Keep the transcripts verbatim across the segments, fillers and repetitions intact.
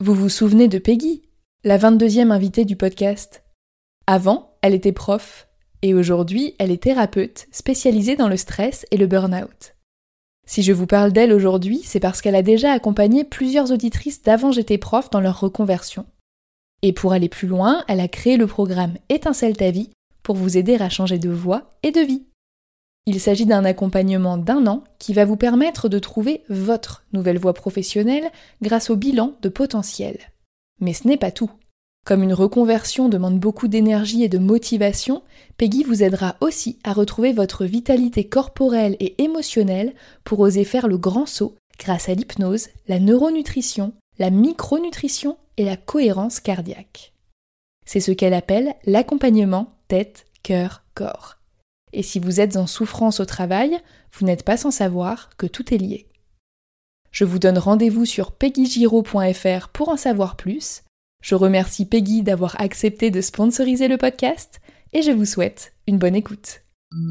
Vous vous souvenez de Peggy, la vingt-deuxième invitée du podcast? Avant, elle était prof, et aujourd'hui, elle est thérapeute spécialisée dans le stress et le burn-out. Si je vous parle d'elle aujourd'hui, c'est parce qu'elle a déjà accompagné plusieurs auditrices d'Avant j'étais prof dans leur reconversion. Et pour aller plus loin, elle a créé le programme Étincelle ta vie pour vous aider à changer de voie et de vie. Il s'agit d'un accompagnement d'un an qui va vous permettre de trouver votre nouvelle voie professionnelle grâce au bilan de potentiel. Mais ce n'est pas tout. Comme une reconversion demande beaucoup d'énergie et de motivation, Peggy vous aidera aussi à retrouver votre vitalité corporelle et émotionnelle pour oser faire le grand saut grâce à l'hypnose, la neuronutrition, la micronutrition et la cohérence cardiaque. C'est ce qu'elle appelle l'accompagnement tête, cœur, corps. Et si vous êtes en souffrance au travail, vous n'êtes pas sans savoir que tout est lié. Je vous donne rendez-vous sur peggy giraud point f r pour en savoir plus. Je remercie Peggy d'avoir accepté de sponsoriser le podcast et je vous souhaite une bonne écoute.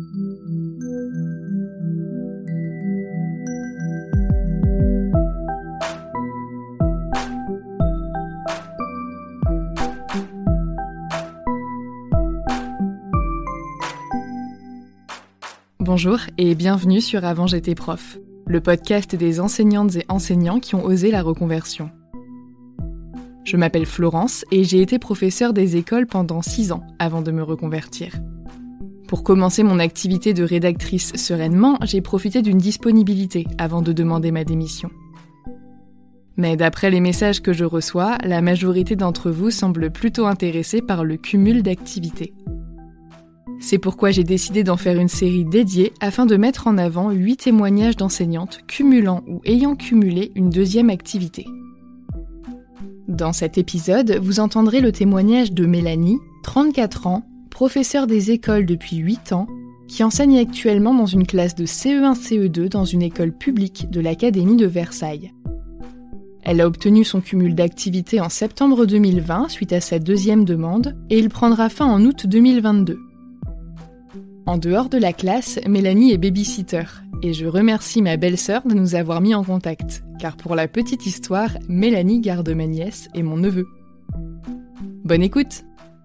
Bonjour et bienvenue sur Avant j'étais prof, le podcast des enseignantes et enseignants qui ont osé la reconversion. Je m'appelle Florence et j'ai été professeure des écoles pendant six ans avant de me reconvertir. Pour commencer mon activité de rédactrice sereinement, j'ai profité d'une disponibilité avant de demander ma démission. Mais d'après les messages que je reçois, la majorité d'entre vous semble plutôt intéressée par le cumul d'activités. C'est pourquoi j'ai décidé d'en faire une série dédiée afin de mettre en avant huit témoignages d'enseignantes cumulant ou ayant cumulé une deuxième activité. Dans cet épisode, vous entendrez le témoignage de Mélanie, trente-quatre ans, professeure des écoles depuis huit ans, qui enseigne actuellement dans une classe de C E un C E deux dans une école publique de l'Académie de Versailles. Elle a obtenu son cumul d'activités en septembre deux mille vingt suite à sa deuxième demande et il prendra fin en août deux mille vingt-deux. En dehors de la classe, Mélanie est baby-sitter et je remercie ma belle-sœur de nous avoir mis en contact, car pour la petite histoire, Mélanie garde ma nièce et mon neveu. Bonne écoute!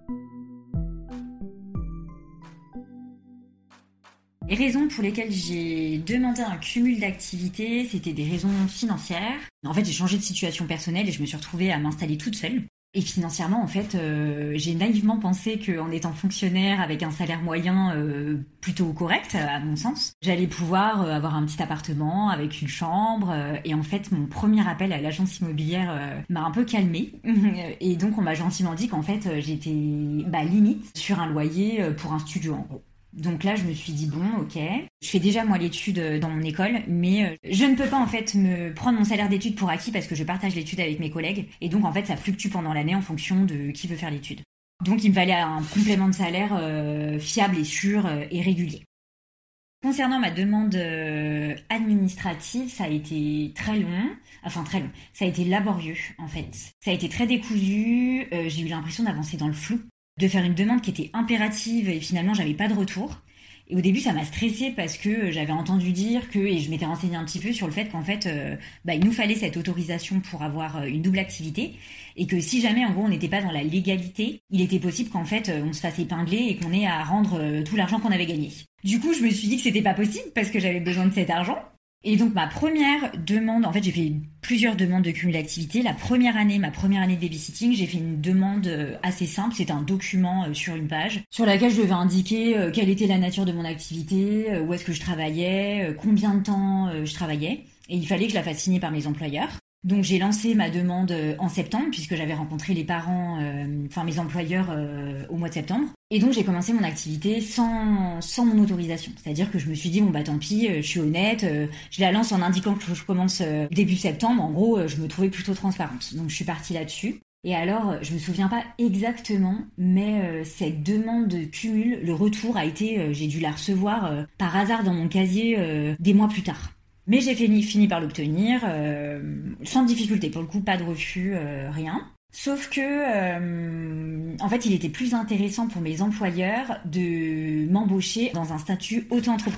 Les raisons pour lesquelles j'ai demandé un cumul d'activités, c'était des raisons financières. En fait, j'ai changé de situation personnelle et je me suis retrouvée à m'installer toute seule. Et financièrement, en fait, euh, j'ai naïvement pensé qu'en étant fonctionnaire avec un salaire moyen euh, plutôt correct, à mon sens, j'allais pouvoir euh, avoir un petit appartement avec une chambre. Euh, et en fait, mon premier appel à l'agence immobilière euh, m'a un peu calmée. Et donc, on m'a gentiment dit qu'en fait, j'étais bah, limite sur un loyer pour un studio, en gros. Donc là, je me suis dit, bon, ok, je fais déjà moi l'étude dans mon école, mais je ne peux pas en fait me prendre mon salaire d'études pour acquis parce que je partage l'étude avec mes collègues. Et donc en fait, ça fluctue pendant l'année en fonction de qui veut faire l'étude. Donc il me fallait un complément de salaire euh, fiable et sûr euh, et régulier. Concernant ma demande euh, administrative, ça a été très long, enfin très long, ça a été laborieux en fait. Ça a été très décousu, euh, j'ai eu l'impression d'avancer dans le flou, de faire une demande qui était impérative et finalement j'avais pas de retour. Et au début ça m'a stressée parce que j'avais entendu dire que, et je m'étais renseignée un petit peu sur le fait qu'en fait euh, bah, il nous fallait cette autorisation pour avoir une double activité et que si jamais en gros on n'était pas dans la légalité, il était possible qu'en fait on se fasse épingler et qu'on ait à rendre tout l'argent qu'on avait gagné. Du coup je me suis dit que c'était pas possible parce que j'avais besoin de cet argent. Et donc ma première demande, en fait j'ai fait plusieurs demandes de cumul d'activité. La première année, ma première année de babysitting, j'ai fait une demande assez simple. C'était un document sur une page sur laquelle je devais indiquer quelle était la nature de mon activité, où est-ce que je travaillais, combien de temps je travaillais. Et il fallait que je la fasse signer par mes employeurs. Donc j'ai lancé ma demande en septembre puisque j'avais rencontré les parents, euh, enfin mes employeurs euh, au mois de septembre. Et donc j'ai commencé mon activité sans sans mon autorisation. C'est-à-dire que je me suis dit bon bah tant pis, je suis honnête, euh, je la lance en indiquant que je commence euh, début septembre. En gros, euh, je me trouvais plutôt transparente. Donc je suis partie là-dessus. Et alors, je me souviens pas exactement, mais euh, cette demande de cumul, le retour a été, euh, j'ai dû la recevoir euh, par hasard dans mon casier euh, des mois plus tard. Mais j'ai fini, fini par l'obtenir, euh, sans difficulté. Pour le coup, pas de refus, euh, rien. Sauf que, euh, en fait, il était plus intéressant pour mes employeurs de m'embaucher dans un statut auto-entrepreneur.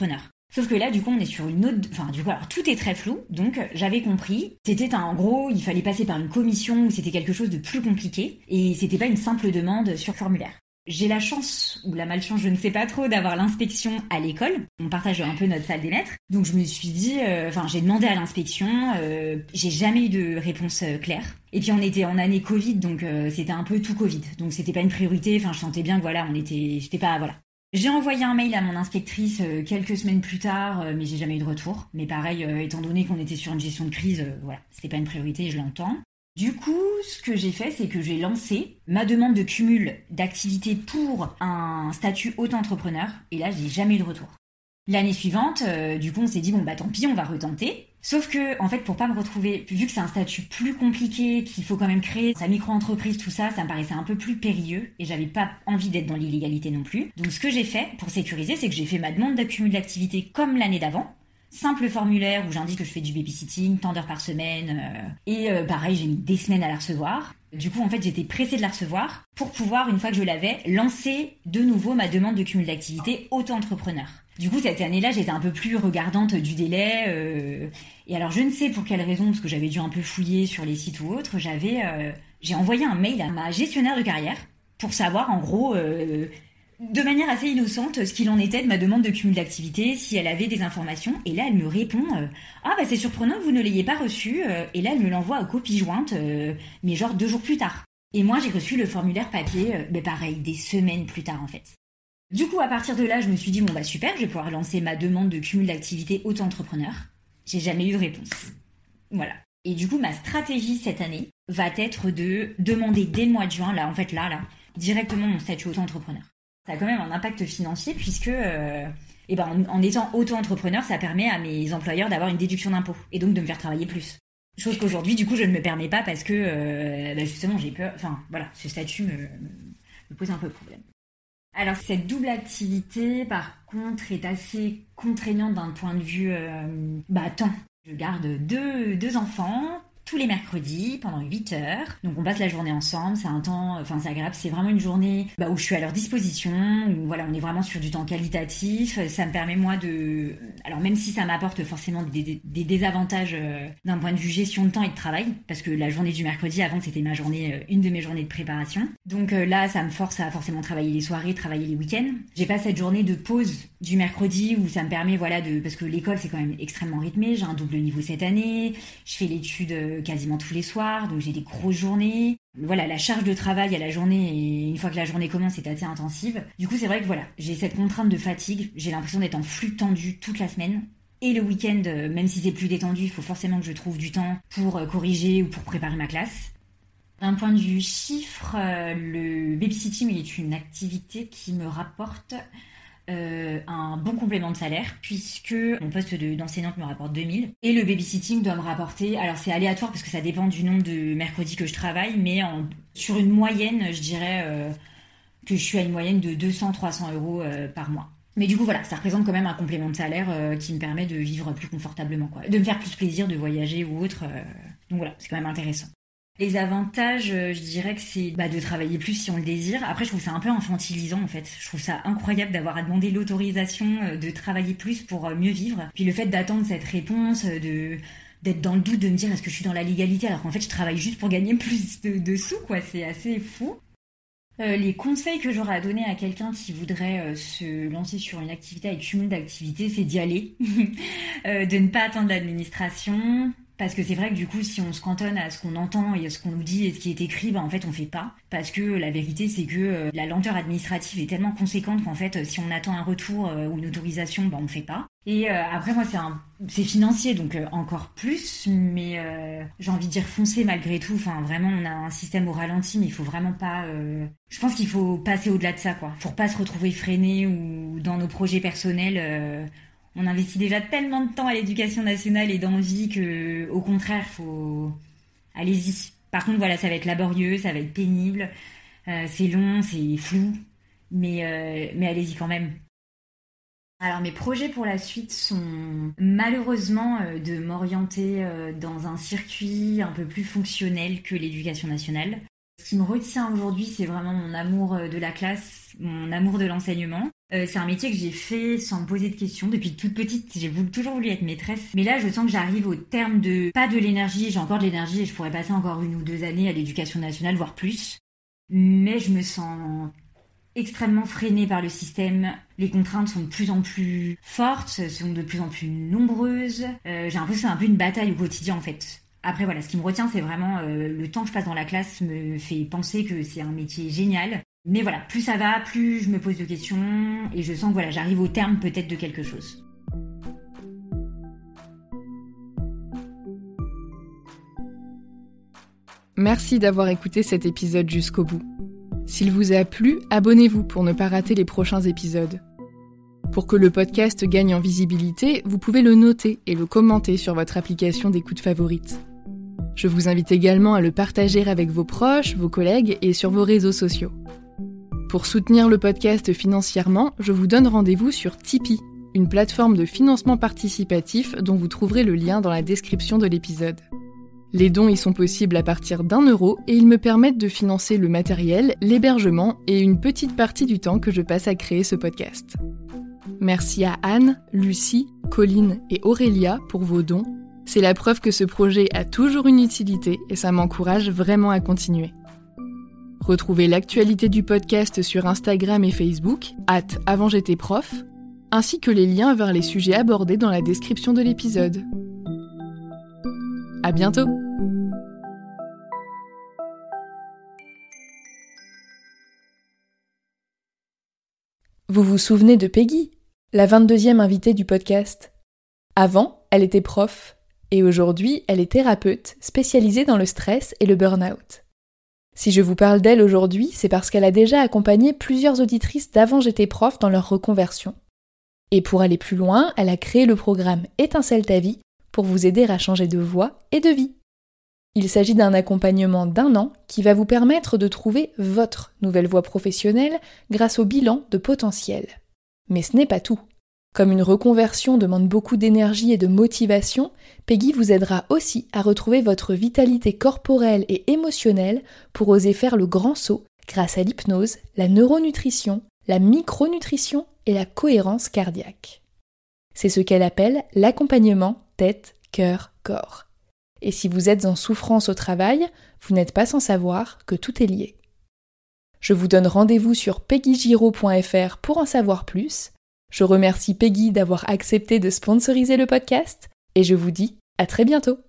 Sauf que là, du coup, on est sur une autre... Enfin, du coup, alors tout est très flou, donc j'avais compris. C'était un gros, il fallait passer par une commission où c'était quelque chose de plus compliqué, et c'était pas une simple demande sur formulaire. J'ai la chance, ou la malchance, je ne sais pas trop, d'avoir l'inspection à l'école. On partage un peu notre salle des maîtres. Donc je me suis dit, euh, enfin j'ai demandé à l'inspection, euh, j'ai jamais eu de réponse euh, claire. Et puis on était en année Covid, donc euh, c'était un peu tout Covid. Donc c'était pas une priorité, enfin je sentais bien que voilà, on était, c'était pas, voilà. J'ai envoyé un mail à mon inspectrice euh, quelques semaines plus tard, euh, mais j'ai jamais eu de retour. Mais pareil, euh, étant donné qu'on était sur une gestion de crise, euh, voilà, c'était pas une priorité, je l'entends. Du coup, ce que j'ai fait, c'est que j'ai lancé ma demande de cumul d'activités pour un statut auto-entrepreneur, et là, j'ai jamais eu de retour. L'année suivante, euh, du coup, on s'est dit, bon, bah tant pis, on va retenter. Sauf que, en fait, pour pas me retrouver, vu que c'est un statut plus compliqué, qu'il faut quand même créer sa micro-entreprise, tout ça, ça me paraissait un peu plus périlleux, et j'avais pas envie d'être dans l'illégalité non plus. Donc, ce que j'ai fait, pour sécuriser, c'est que j'ai fait ma demande de cumul d'activités comme l'année d'avant, simple formulaire où j'indique que je fais du babysitting, tant d'heures par semaine. Euh, et euh, pareil, j'ai mis des semaines à la recevoir. Du coup, en fait, j'étais pressée de la recevoir pour pouvoir, une fois que je l'avais, lancer de nouveau ma demande de cumul d'activité auto-entrepreneur. Du coup, cette année-là, j'étais un peu plus regardante du délai. Euh, et alors, je ne sais pour quelle raison, parce que j'avais dû un peu fouiller sur les sites ou autres, j'avais, euh, j'ai envoyé un mail à ma gestionnaire de carrière pour savoir, en gros... Euh, de manière assez innocente, ce qu'il en était de ma demande de cumul d'activité, si elle avait des informations. Et là, elle me répond euh, ah bah c'est surprenant que vous ne l'ayez pas reçu. Euh, et là, elle me l'envoie à copie jointe, euh, mais genre deux jours plus tard. Et moi, j'ai reçu le formulaire papier, euh, mais pareil, des semaines plus tard en fait. Du coup, à partir de là, je me suis dit bon bah super, je vais pouvoir lancer ma demande de cumul d'activité auto-entrepreneur. J'ai jamais eu de réponse. Voilà. Et du coup, ma stratégie cette année va être de demander dès le mois de juin, là en fait là, là, directement mon statut auto-entrepreneur. Ça a quand même un impact financier puisque euh, eh ben, en, en étant auto-entrepreneur, ça permet à mes employeurs d'avoir une déduction d'impôt et donc de me faire travailler plus. Chose qu'aujourd'hui, du coup, je ne me permets pas parce que euh, bah justement, j'ai peur. Enfin, voilà, ce statut me, me pose un peu problème. Alors, cette double activité, par contre, est assez contraignante d'un point de vue euh, bah, temps. Je garde deux, deux enfants tous les mercredis pendant huit heures. Donc on passe la journée ensemble, c'est un temps, enfin c'est agréable, c'est vraiment une journée bah, où je suis à leur disposition, où voilà, on est vraiment sur du temps qualitatif. Ça me permet moi de... Alors même si ça m'apporte forcément des, des, des désavantages euh, d'un point de vue gestion de temps et de travail, parce que la journée du mercredi, avant c'était ma journée, euh, une de mes journées de préparation. Donc euh, là, ça me force à forcément travailler les soirées, travailler les week-ends. J'ai pas cette journée de pause du mercredi où ça me permet, voilà, de... Parce que l'école c'est quand même extrêmement rythmé, j'ai un double niveau cette année, je fais l'étude... Euh, quasiment tous les soirs, donc j'ai des grosses journées. Voilà, la charge de travail à la journée, et une fois que la journée commence, est assez intensive. Du coup, c'est vrai que voilà, j'ai cette contrainte de fatigue, j'ai l'impression d'être en flux tendu toute la semaine. Et le week-end, même si c'est plus détendu, il faut forcément que je trouve du temps pour corriger ou pour préparer ma classe. D'un point de vue chiffre, le babysitting est une activité qui me rapporte Euh, un bon complément de salaire puisque mon poste de, d'enseignante me rapporte deux mille et le babysitting doit me rapporter, alors c'est aléatoire parce que ça dépend du nombre de mercredis que je travaille, mais en, sur une moyenne je dirais euh, que je suis à une moyenne de deux cents à trois cents euros euh, par mois. Mais du coup voilà, ça représente quand même un complément de salaire euh, qui me permet de vivre plus confortablement, quoi, de me faire plus plaisir, de voyager ou autre, euh, donc voilà, c'est quand même intéressant. Les avantages, je dirais que c'est bah, de travailler plus si on le désire. Après, je trouve ça un peu infantilisant, en fait. Je trouve ça incroyable d'avoir à demander l'autorisation de travailler plus pour mieux vivre. Puis le fait d'attendre cette réponse, de d'être dans le doute, de me dire est-ce que je suis dans la légalité, alors qu'en fait, je travaille juste pour gagner plus de, de sous, quoi. C'est assez fou. Euh, les conseils que j'aurais à donner à quelqu'un qui voudrait euh, se lancer sur une activité avec cumul d'activités, c'est d'y aller. euh, de ne pas attendre l'administration. Parce que c'est vrai que du coup, si on se cantonne à ce qu'on entend et à ce qu'on nous dit et ce qui est écrit, bah en fait, on fait pas. Parce que la vérité, c'est que euh, la lenteur administrative est tellement conséquente qu'en fait, si on attend un retour euh, ou une autorisation, bah on fait pas. Et euh, après, moi, c'est un, c'est financier, donc euh, encore plus. Mais euh, j'ai envie de dire foncer malgré tout. Enfin, vraiment, on a un système au ralenti, mais il faut vraiment pas. Euh... Je pense qu'il faut passer au-delà de ça, quoi, pour pas se retrouver freiné ou dans nos projets personnels. Euh... On investit déjà tellement de temps à l'éducation nationale et d'envie que, au contraire, faut... Allez-y. Par contre, voilà, ça va être laborieux, ça va être pénible, euh, c'est long, c'est flou, mais, euh, mais allez-y quand même. Alors, mes projets pour la suite sont malheureusement euh, de m'orienter euh, dans un circuit un peu plus fonctionnel que l'éducation nationale. Ce qui me retient aujourd'hui, c'est vraiment mon amour de la classe, mon amour de l'enseignement. Euh, c'est un métier que j'ai fait sans me poser de questions. Depuis toute petite, j'ai voulu, toujours voulu être maîtresse. Mais là, je sens que j'arrive au terme de... Pas de l'énergie, j'ai encore de l'énergie et je pourrais passer encore une ou deux années à l'éducation nationale, voire plus. Mais je me sens extrêmement freinée par le système. Les contraintes sont de plus en plus fortes, sont de plus en plus nombreuses. Euh, j'ai l'impression que c'est un peu une bataille au quotidien, en fait. Après, voilà, ce qui me retient, c'est vraiment euh, le temps que je passe dans la classe me fait penser que c'est un métier génial. Mais voilà, plus ça va, plus je me pose de questions et je sens que voilà, j'arrive au terme peut-être de quelque chose. Merci d'avoir écouté cet épisode jusqu'au bout. S'il vous a plu, abonnez-vous pour ne pas rater les prochains épisodes. Pour que le podcast gagne en visibilité, vous pouvez le noter et le commenter sur votre application d'écoute favorite. Je vous invite également à le partager avec vos proches, vos collègues et sur vos réseaux sociaux. Pour soutenir le podcast financièrement, je vous donne rendez-vous sur Tipeee, une plateforme de financement participatif dont vous trouverez le lien dans la description de l'épisode. Les dons y sont possibles à partir d'un euro et ils me permettent de financer le matériel, l'hébergement et une petite partie du temps que je passe à créer ce podcast. Merci à Anne, Lucie, Colline et Aurélia pour vos dons. C'est la preuve que ce projet a toujours une utilité et ça m'encourage vraiment à continuer. Retrouvez l'actualité du podcast sur Instagram et Facebook, arobase avant j'étais prof, ainsi que les liens vers les sujets abordés dans la description de l'épisode. À bientôt! Vous vous souvenez de Peggy, la vingt-deuxième invitée du podcast? Avant, elle était prof, et aujourd'hui, elle est thérapeute spécialisée dans le stress et le burn-out. Si je vous parle d'elle aujourd'hui, c'est parce qu'elle a déjà accompagné plusieurs auditrices d'Avant j'étais prof dans leur reconversion. Et pour aller plus loin, elle a créé le programme Étincelle ta vie pour vous aider à changer de voie et de vie. Il s'agit d'un accompagnement d'un an qui va vous permettre de trouver votre nouvelle voie professionnelle grâce au bilan de potentiel. Mais ce n'est pas tout. Comme une reconversion demande beaucoup d'énergie et de motivation, Peggy vous aidera aussi à retrouver votre vitalité corporelle et émotionnelle pour oser faire le grand saut grâce à l'hypnose, la neuronutrition, la micronutrition et la cohérence cardiaque. C'est ce qu'elle appelle l'accompagnement tête, cœur, corps. Et si vous êtes en souffrance au travail, vous n'êtes pas sans savoir que tout est lié. Je vous donne rendez-vous sur peggy giraud point f r pour en savoir plus. Je remercie Peggy d'avoir accepté de sponsoriser le podcast et je vous dis à très bientôt.